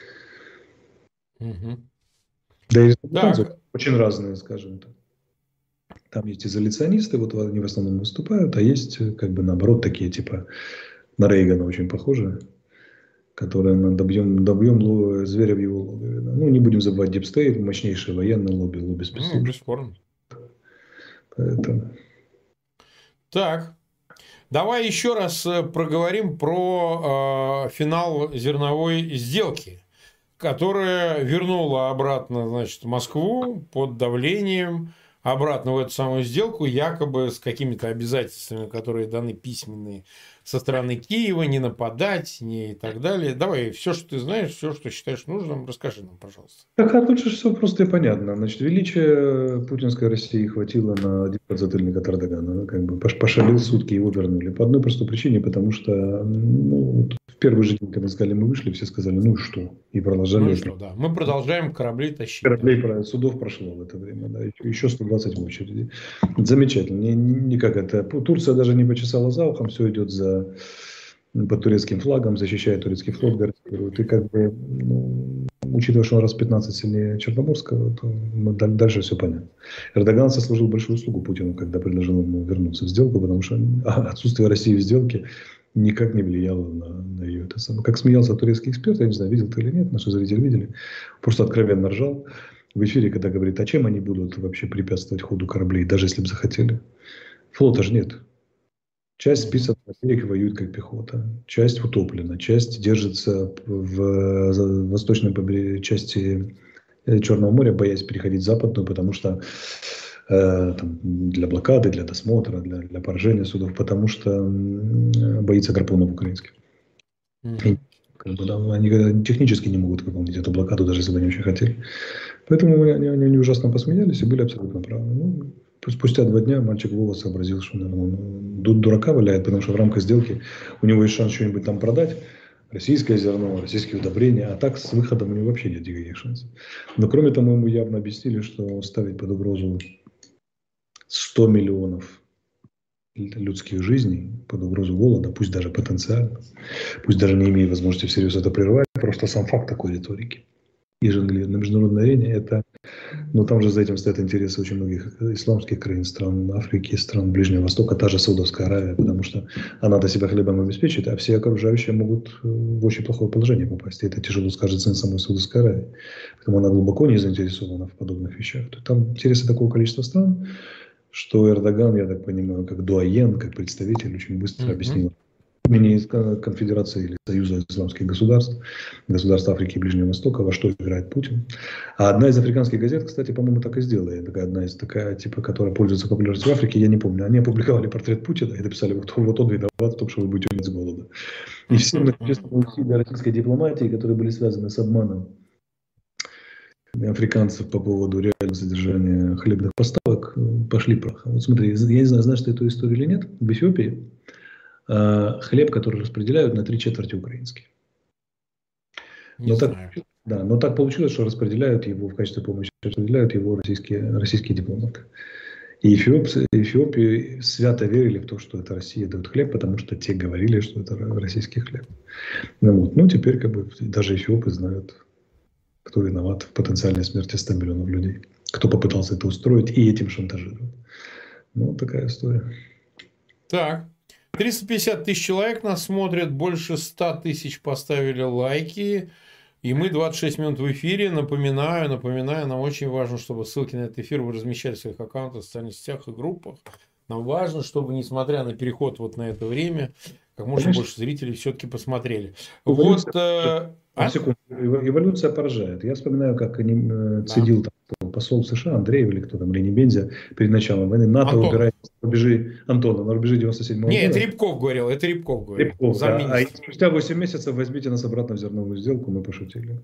B: Угу.
C: Да и республиканцы
B: Так.
C: очень разные, скажем так. Там есть изоляционисты, вот они в основном выступают, а есть как бы наоборот такие типа на Рейгана очень похожие, которые мы добьем, добьем зверя в его логове. Да. Ну, не будем забывать Дипстейт, мощнейшее военное лобби, лобби спецслужб.
B: Ну, бесспорно.
C: Поэтому...
B: Так, давай еще раз проговорим про э, финал зерновой сделки, которая вернула обратно, значит, Москву под давлением, обратно в эту самую сделку, якобы с какими-то обязательствами, которые даны письменные со стороны Киева, не нападать, не и так далее. Давай, все, что ты знаешь, все, что считаешь нужным, расскажи нам, пожалуйста.
C: Так, а тут же все просто и понятно. Значит, величия путинской России хватило на один подзатыльник от Эрдогана. Как бы пошалил сутки, его вернули. По одной простой причине, потому что ну, в первый же день, когда сказали, мы вышли, все сказали, ну и что? И продолжали.
B: Ну и что, да. Мы продолжаем корабли тащить.
C: Кораблей, да. Судов прошло в это время, да. Еще сто двадцать в очереди. Замечательно. Не, никак это. Турция даже не почесала за ухом, все идет за под турецким флагом, защищает турецкий флот, гарантирует. И как бы, ну, учитывая, что он раз в пятнадцать сильнее Черноморского, то дальше все понятно. Эрдоган сослужил большую услугу Путину, когда предложил ему вернуться в сделку, потому что отсутствие России в сделке никак не влияло на, на ее это самое. Как смеялся турецкий эксперт, я не знаю, видел ты или нет, наши зрители видели, просто откровенно ржал в эфире, когда говорит, а чем они будут вообще препятствовать ходу кораблей, даже если бы захотели. Флота же нет. Часть списана на берег и воюет как пехота. Часть утоплена. Часть держится в восточной побережье части Черного моря, боясь переходить в западную, потому что э, там, для блокады, для досмотра, для, для поражения судов, потому что боится гарпунов украинских. Mm-hmm. И, как бы, да, они технически не могут выполнить эту блокаду, даже если бы они очень хотели. Поэтому они, они, они ужасно посмеялись и были абсолютно правы. Ну, спустя два дня мальчик Вова сообразил, что наверное, он дурака валяет, потому что в рамках сделки у него есть шанс что-нибудь там продать, российское зерно, российские удобрения, а так с выходом у него вообще нет никаких шансов. Но кроме того, ему явно объяснили, что ставить под угрозу сто миллионов людских жизней, под угрозу голода, пусть даже потенциально, пусть даже не имея возможности всерьез это прервать, просто сам факт такой риторики. И жонглировать на международной арене, это, но там же за этим стоят интересы очень многих исламских краин, стран Африки, стран Ближнего Востока, та же Саудовская Аравия, потому что она-то себя хлебом обеспечит, а все окружающие могут в очень плохое положение попасть. И это тяжело скажется на самой Саудовской Аравии, потому она глубоко не заинтересована в подобных вещах. Там интересы такого количества стран, что Эрдоган, я так понимаю, как дуаен, как представитель, очень быстро mm-hmm. объяснил имени Конфедерации или Союза исламских государств, государств Африки и Ближнего Востока, во что играет Путин. А одна из африканских газет, кстати, по-моему, так и сделала. Такая, одна из такая, типа, которая пользуется популярностью в Африке, я не помню. Они опубликовали портрет Путина и написали, вот, вот он виноват в том, что вы будете умереть с голода. И все многочисленные усилия российской дипломатии, которые были связаны с обманом африканцев по поводу реального содержания хлебных поставок, пошли прахом. Вот смотри, я не знаю, знаешь ты эту историю или нет, в Эфиопии хлеб, который распределяют, на три четверти украинский. Но так, да, но так получилось, что распределяют его в качестве помощи, распределяют его российские, российские дипломаты. И эфиопцы, эфиопии свято верили в то, что это Россия дает хлеб, потому что те говорили, что это российский хлеб. Ну, вот. Ну теперь как бы даже эфиопы знают, кто виноват в потенциальной смерти ста миллионов людей, кто попытался это устроить и этим шантажировать. Ну, вот такая история.
B: Так. триста пятьдесят тысяч человек нас смотрят, больше ста тысяч поставили лайки. И мы двадцать шесть минут в эфире. Напоминаю, напоминаю, нам очень важно, чтобы ссылки на этот эфир вы размещали в своих аккаунтах, в социальных сетях и группах. Нам важно, чтобы, несмотря на переход вот на это время, как можно Конечно. больше зрителей все-таки посмотрели.
C: Эволюция,
B: вот, э, а?
C: секунду, эволюция поражает. Я вспоминаю, как они цедил там, посол США Андреев или кто там, Лени Бензя перед началом войны. НАТО
B: Антон.
C: убирает на рубежи Антона, на рубежи девяносто седьмого года.
B: Нет, это Рябков говорил, это Рябков говорил.
C: Рябков, да. А спустя восемь месяцев возьмите нас обратно в зерновую сделку, мы пошутили.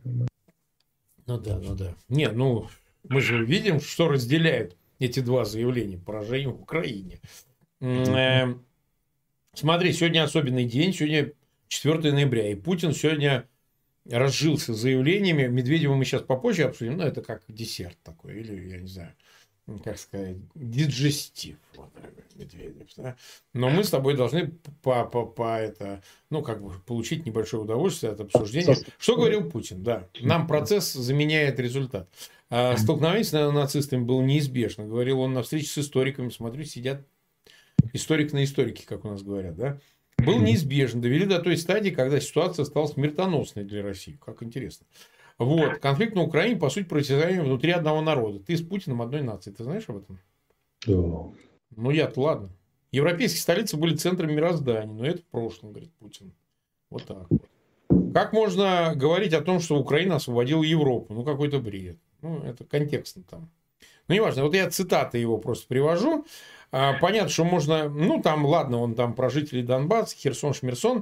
B: Ну да, ну да. Нет, ну мы же видим, что разделяют эти два заявления. Поражение в Украине. Mm-hmm. Смотри, сегодня особенный день, сегодня четвёртого ноября, и Путин сегодня разжился заявлениями. Медведева мы сейчас попозже обсудим, но это как десерт такой, или, я не знаю, как сказать, диджестив. Вот, Медведев, да? Но мы с тобой должны по, по, по это, ну, как бы получить небольшое удовольствие от обсуждения. Что говорил Путин? Да, нам процесс заменяет результат. А столкновение с нацистами было неизбежно. Говорил он на встрече с историками. Смотрю, сидят историк на историке, как у нас говорят, да? Был неизбежен. Довели до той стадии, когда ситуация стала смертоносной для России. Как интересно. Вот. Конфликт на Украине, по сути, противостояние внутри одного народа. Ты с Путиным одной нации. Ты знаешь об этом?
C: Да.
B: Ну, я-то ладно. Европейские столицы были центром мироздания. Но это в прошлом, говорит Путин. Вот так вот. Как можно говорить о том, что Украина освободила Европу? Ну, какой-то бред. Ну, это контекстно там. Ну, неважно. Вот я цитаты его просто привожу. Понятно, что можно... Ну, там, ладно, он там про жителей Донбасса, Херсон, Шмерсон.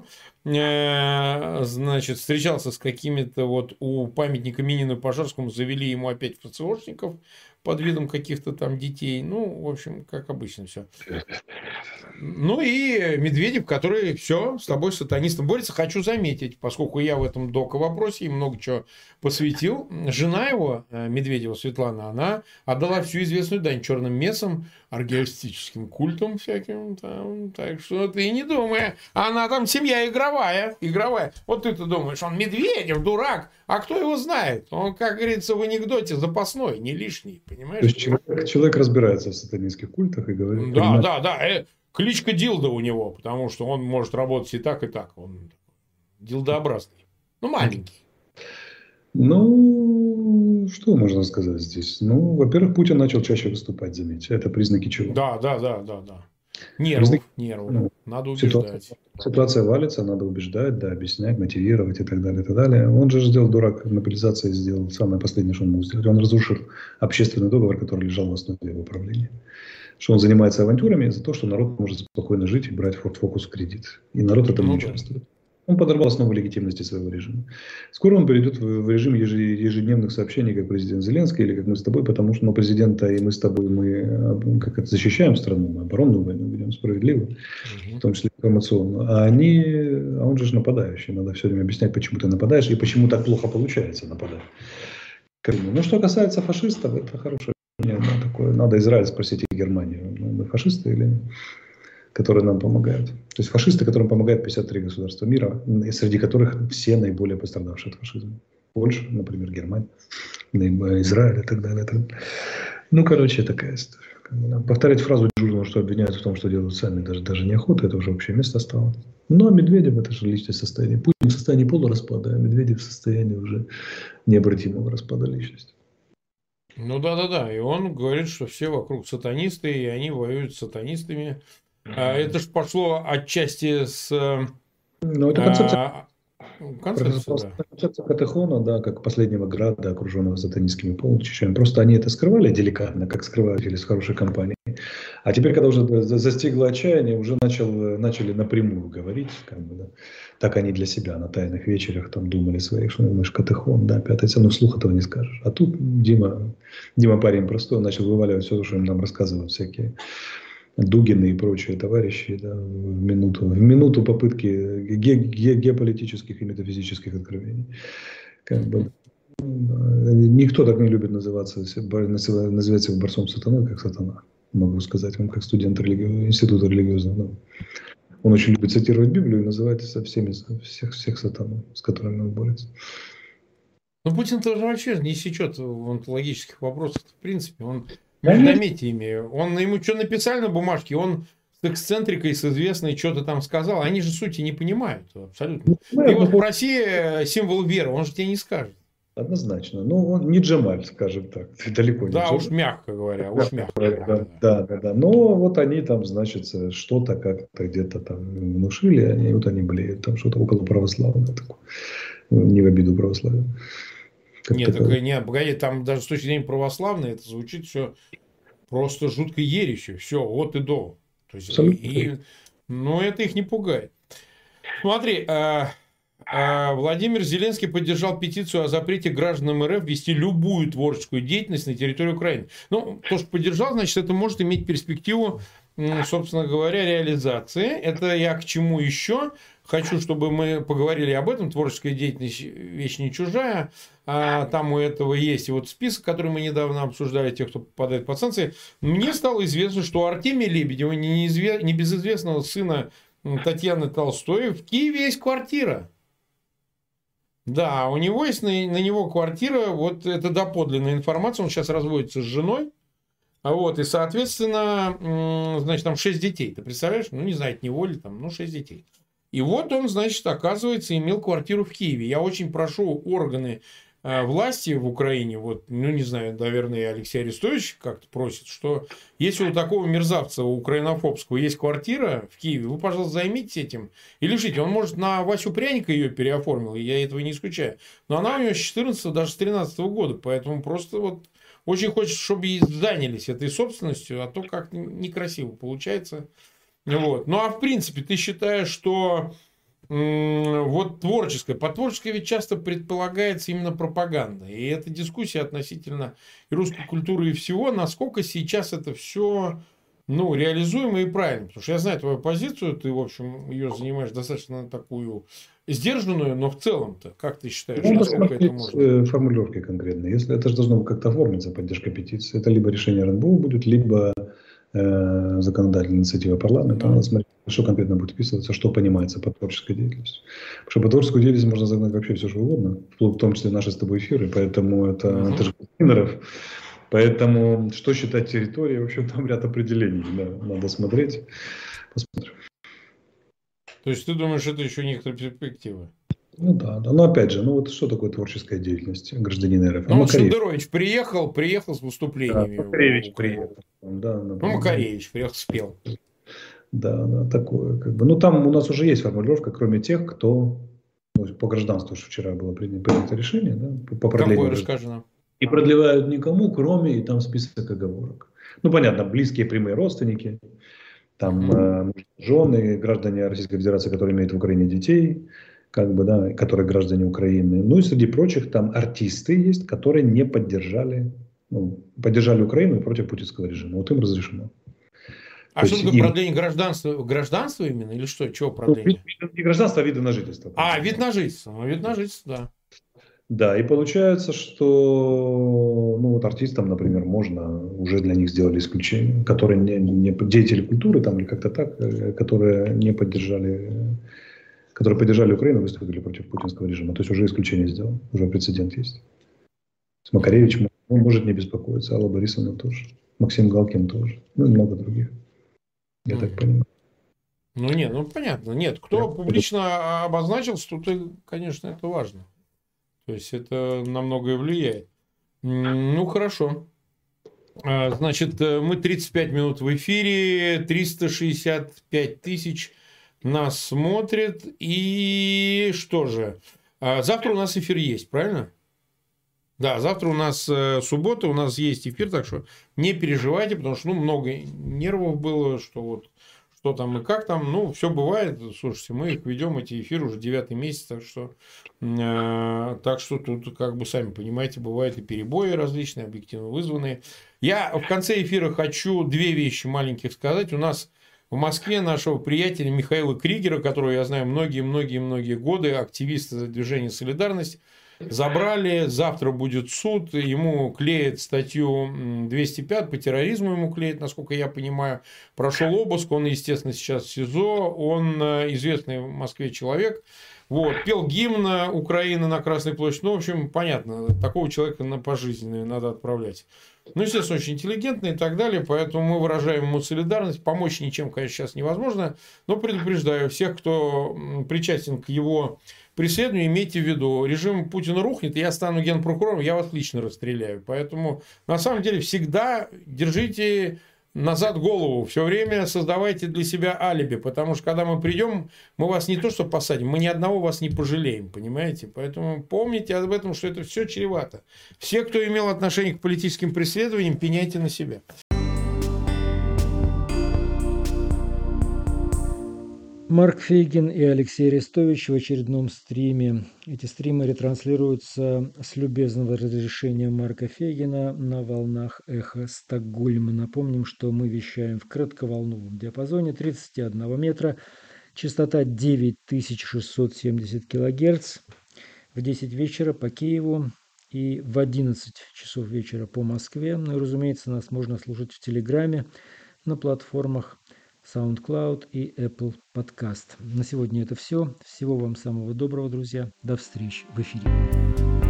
B: Э, значит, встречался с какими-то вот у памятника Минину и Пожарскому. Завели ему опять ФЦОшников под видом каких-то там детей. Ну, в общем, как обычно все. Ну, и Медведев, который все с тобой, сатанистом, борется. Хочу заметить, поскольку я в этом дока-вопросе и много чего посвятил. Жена его, Медведева Светлана, она отдала всю известную дань черным мессам, оргиастическим культам всяким. Там, так что ты не думай. Она там семья игровая. Игровая. Вот ты-то думаешь, он Медведев, дурак. А кто его знает? Он, как говорится в анекдоте, запасной, не лишний. Понимаешь?
C: То есть человек, человек разбирается в сатанинских культах и говорит...
B: Да,
C: понимает...
B: да, да. Э, кличка Дилда у него, потому что он может работать и так, и так. Он дилдообразный. Ну, маленький.
C: Ну, что можно сказать здесь? Ну, во-первых, Путин начал чаще выступать, заметьте. Это признаки чего?
B: Да, да, да, да, да. Нервов,
C: Признаки...
B: нервов.
C: Ну,
B: надо убеждать.
C: Ситуация, ситуация валится, надо убеждать, да, объяснять, мотивировать и так далее, и так далее. Он же сделал, дурак, мобилизация сделал самое последнее, что он мог сделать. Он разрушил общественный договор, который лежал в основе его правления. Что он занимается авантюрами за то, что народ может спокойно жить и брать Ford Focus в кредит. И народ этом
B: ну,
C: не участвует. Он подорвал основу легитимности своего режима. Скоро он перейдет в режим ежедневных сообщений, как президент Зеленский или как мы с тобой, потому что ну, президента и мы с тобой мы как это, защищаем страну, мы оборонную войну ведем справедливо, угу. в том числе информационно. А они, а он же нападающий, надо все время объяснять, почему ты нападаешь и почему так плохо получается нападать. Ну, что касается фашистов, это хорошее мнение, да, такое. Надо Израиль спросить и Германию, ну, мы фашисты или нет? Которые нам помогают. То есть фашисты, которым помогают пятьдесят три государства мира, среди которых все наиболее пострадавшие от фашизма. Польша, например, Германия, Израиль и так далее. И так далее. Ну, короче, такая история. Повторять фразу Джурина, что обвиняют в том, что делают сами, даже, даже неохота, это уже общее место стало. Но Медведев, это же личность состояния. Путин в состоянии полураспада, а Медведев в состоянии уже необратимого распада личности.
B: Ну, да-да-да. И он говорит, что все вокруг сатанисты, и они воюют с сатанистами. А это же пошло отчасти с...
C: Ну, это концепция...
B: А, концепция, да.
C: Концепция Катехона, да, как последнего града, окруженного сатанистскими полчищами. Просто они это скрывали деликатно, как скрывали с хорошей компанией. А теперь, когда уже застигло отчаяние, уже начал, начали напрямую говорить, как бы, да. Так они для себя на тайных вечерах там думали своих, что думаешь, Катехон, да, пятая цена, вслух этого не скажешь. А тут Дима, Дима парень простой, начал вываливать все, что им нам рассказывают всякие Дугины и прочие товарищи, да, в минуту, в минуту попытки ге, ге, геополитических и метафизических откровений. Как бы, никто так не любит называться, называть себя борцом с сатаной, как сатана. могу сказать вам, как студент религи... института религиозного. Да. Он очень любит цитировать Библию и называет со всеми, всех, всех сатану, с которыми он борется.
B: Ну, Путин тоже вообще не сечет в онтологических вопросах. В принципе, он междометиями. Он ему что написали на бумажке, он с эксцентрикой, с известной что-то там сказал. Они же сути не понимают абсолютно.
C: Ну,
B: Ты вот спроси символ веры, он же тебе не скажет.
C: Однозначно. Ну, он не Джемаль, скажем так. Далеко не
B: Да,
C: Джемаль.
B: уж мягко говоря. Уж мягко
C: да,
B: говоря.
C: да, да, да. Но вот они там, значит, что-то как-то где-то там внушили, они вот они блеют. Там что-то около православного такое. Не в обиду православия.
B: Как нет, так, нет, погоди, там даже с точки зрения православной это звучит все просто жутко ересью. Все, от и до. То есть, и, но это их не пугает. Смотри, а, а, Владимир Зеленский поддержал петицию о запрете гражданам РФ вести любую творческую деятельность на территории Украины. Ну, то, что поддержал, значит, это может иметь перспективу, собственно говоря, реализации. Это я к чему еще? Хочу, чтобы мы поговорили об этом. Творческая деятельность – вещь не чужая. А там у этого есть и вот список, который мы недавно обсуждали, тех, кто попадает под санкции. Мне стало известно, что у Артемия Лебедева, небезызвестного сына Татьяны Толстой, в Киеве есть квартира. Да, у него есть на, на него квартира. Вот это доподлинная информация. Он сейчас разводится с женой. А вот, и, соответственно, значит, там шесть детей. Ты представляешь? Ну, не знаю, от него ли там, ну, шесть детей. И вот он, значит, оказывается, имел квартиру в Киеве. Я очень прошу органы э, власти в Украине, вот, ну, не знаю, наверное, и Алексей Арестович как-то просит, что если у такого мерзавца, у украинофобского, есть квартира в Киеве, вы, пожалуйста, займитесь этим и лишите. Он, может, на Васю Пряника ее переоформил, я этого не исключаю. Но она у него с четырнадцатого, даже с тринадцатого года, поэтому просто вот очень хочется, чтобы и занялись этой собственностью, а то как некрасиво получается. Вот. Ну, а в принципе, ты считаешь, что м- вот творческое, по творческой ведь часто предполагается именно пропаганда. И эта дискуссия относительно и русской культуры, и всего, насколько сейчас это все, ну, реализуемо и правильно. Потому что я знаю твою позицию, ты, в общем, ее занимаешь достаточно такую сдержанную, но в целом-то, как ты считаешь,
C: ну,
B: насколько это можно?
C: Формулировки конкретные. Если это же должно как-то оформиться, поддержка петиции, это либо решение эр эн бэ о будет, либо э, законодательная инициатива парламента. Да. Надо смотреть, что конкретно будет вписываться, что понимается под творческой деятельностью. Потому что под творческую деятельность можно загнать вообще все, что угодно, в том числе наши с тобой эфиры, поэтому это, uh-huh. это же РФ. Поэтому что считать территорией, в общем, там ряд определений, да, надо смотреть. Посмотрим.
B: То есть, ты думаешь, это еще некоторые перспективы?
C: Ну да, да. Но опять же, ну вот что такое творческая деятельность гражданина РФ?
B: Ну, вот Шендерович приехал, приехал с выступлениями.
C: Да, Макаревич приехал. Да,
B: ну, Макаревич приехал, спел.
C: Да, да, такое. Как бы. Ну, там у нас уже есть формулировка, кроме тех, кто ну, по гражданству, что вчера было принято, принято решение, да, по продлению.
B: Какое, расскажи нам.
C: И продлевают никому, кроме, и там список оговорок. Ну, понятно, близкие прямые родственники, там mm-hmm. э, жены, граждане Российской Федерации, которые имеют в Украине детей, как бы, да, которые граждане Украины. Ну и среди прочих там артисты есть, которые не поддержали, ну, поддержали Украину против путинского режима. Вот им разрешено.
B: А То что такое им... продление гражданства? Гражданство именно? Или что? Чего продление?
C: Ну, не гражданство, а вид на жительство.
B: А, вид на жительство. Ну, вид на жительство, да.
C: Да, и получается, что ну вот артистам, например, можно, уже для них сделали исключение, которые не, не деятели культуры там или как-то так, которые не поддержали, которые поддержали Украину, выступили против путинского режима. То есть уже исключение сделано, уже прецедент есть. С Макаревичем он может не беспокоиться, Алла Борисовна тоже, Максим Галкин тоже, ну и много других. Я mm. так понимаю.
B: Ну нет, ну понятно, нет, кто Я публично это... обозначился, тут, конечно, это важно. То есть, это на многое влияет. Ну, хорошо. Значит, мы тридцать пять минут в эфире, триста шестьдесят пять тысяч нас смотрят. И что же? Завтра у нас эфир есть, правильно? Да, завтра у нас суббота, у нас есть эфир, так что не переживайте, потому что ну, много нервов было, что вот что там и как там, ну, все бывает. Слушайте, мы их ведем, эти эфиры, уже девятый месяц, так что, э, так что тут, как бы, сами понимаете, бывают и перебои различные, объективно вызванные. Я в конце эфира хочу две вещи маленьких сказать. У нас в Москве нашего приятеля Михаила Кригера, которого я знаю многие-многие-многие годы, активиста движения «Солидарность», Забрали, завтра будет суд, ему клеят статью двести пять, по терроризму ему клеят, насколько я понимаю. Прошел обыск, он, естественно, сейчас в СИЗО, он известный в Москве человек. Вот, пел гимн Украины на Красной площади. Ну, в общем, понятно, такого человека на пожизненное надо отправлять. Ну, естественно, очень интеллигентный и так далее, поэтому мы выражаем ему солидарность. Помочь ничем, конечно, сейчас невозможно, но предупреждаю всех, кто причастен к его преследованию, имейте в виду, режим Путина рухнет, и я стану генпрокурором, я вас лично расстреляю. Поэтому, на самом деле, всегда держите назад голову, все время создавайте для себя алиби, потому что, когда мы придем, мы вас не то что посадим, мы ни одного вас не пожалеем, понимаете? Поэтому помните об этом, что это все чревато. Все, кто имел отношение к политическим преследованиям, пеняйте на себя.
A: Марк Фейгин и Алексей Арестович в очередном стриме. Эти стримы ретранслируются с любезного разрешения Марка Фейгина на волнах эхо Стокгольма. Напомним, что мы вещаем в кратковолновом диапазоне тридцать один метра, частота девять тысяч шестьсот семьдесят килогерц в десять вечера по Киеву и в одиннадцать часов вечера по Москве. Ну и, разумеется, нас можно слушать в Телеграме на платформах SoundCloud и Apple Podcast. На сегодня это все. Всего вам самого доброго, друзья. До встречи в эфире.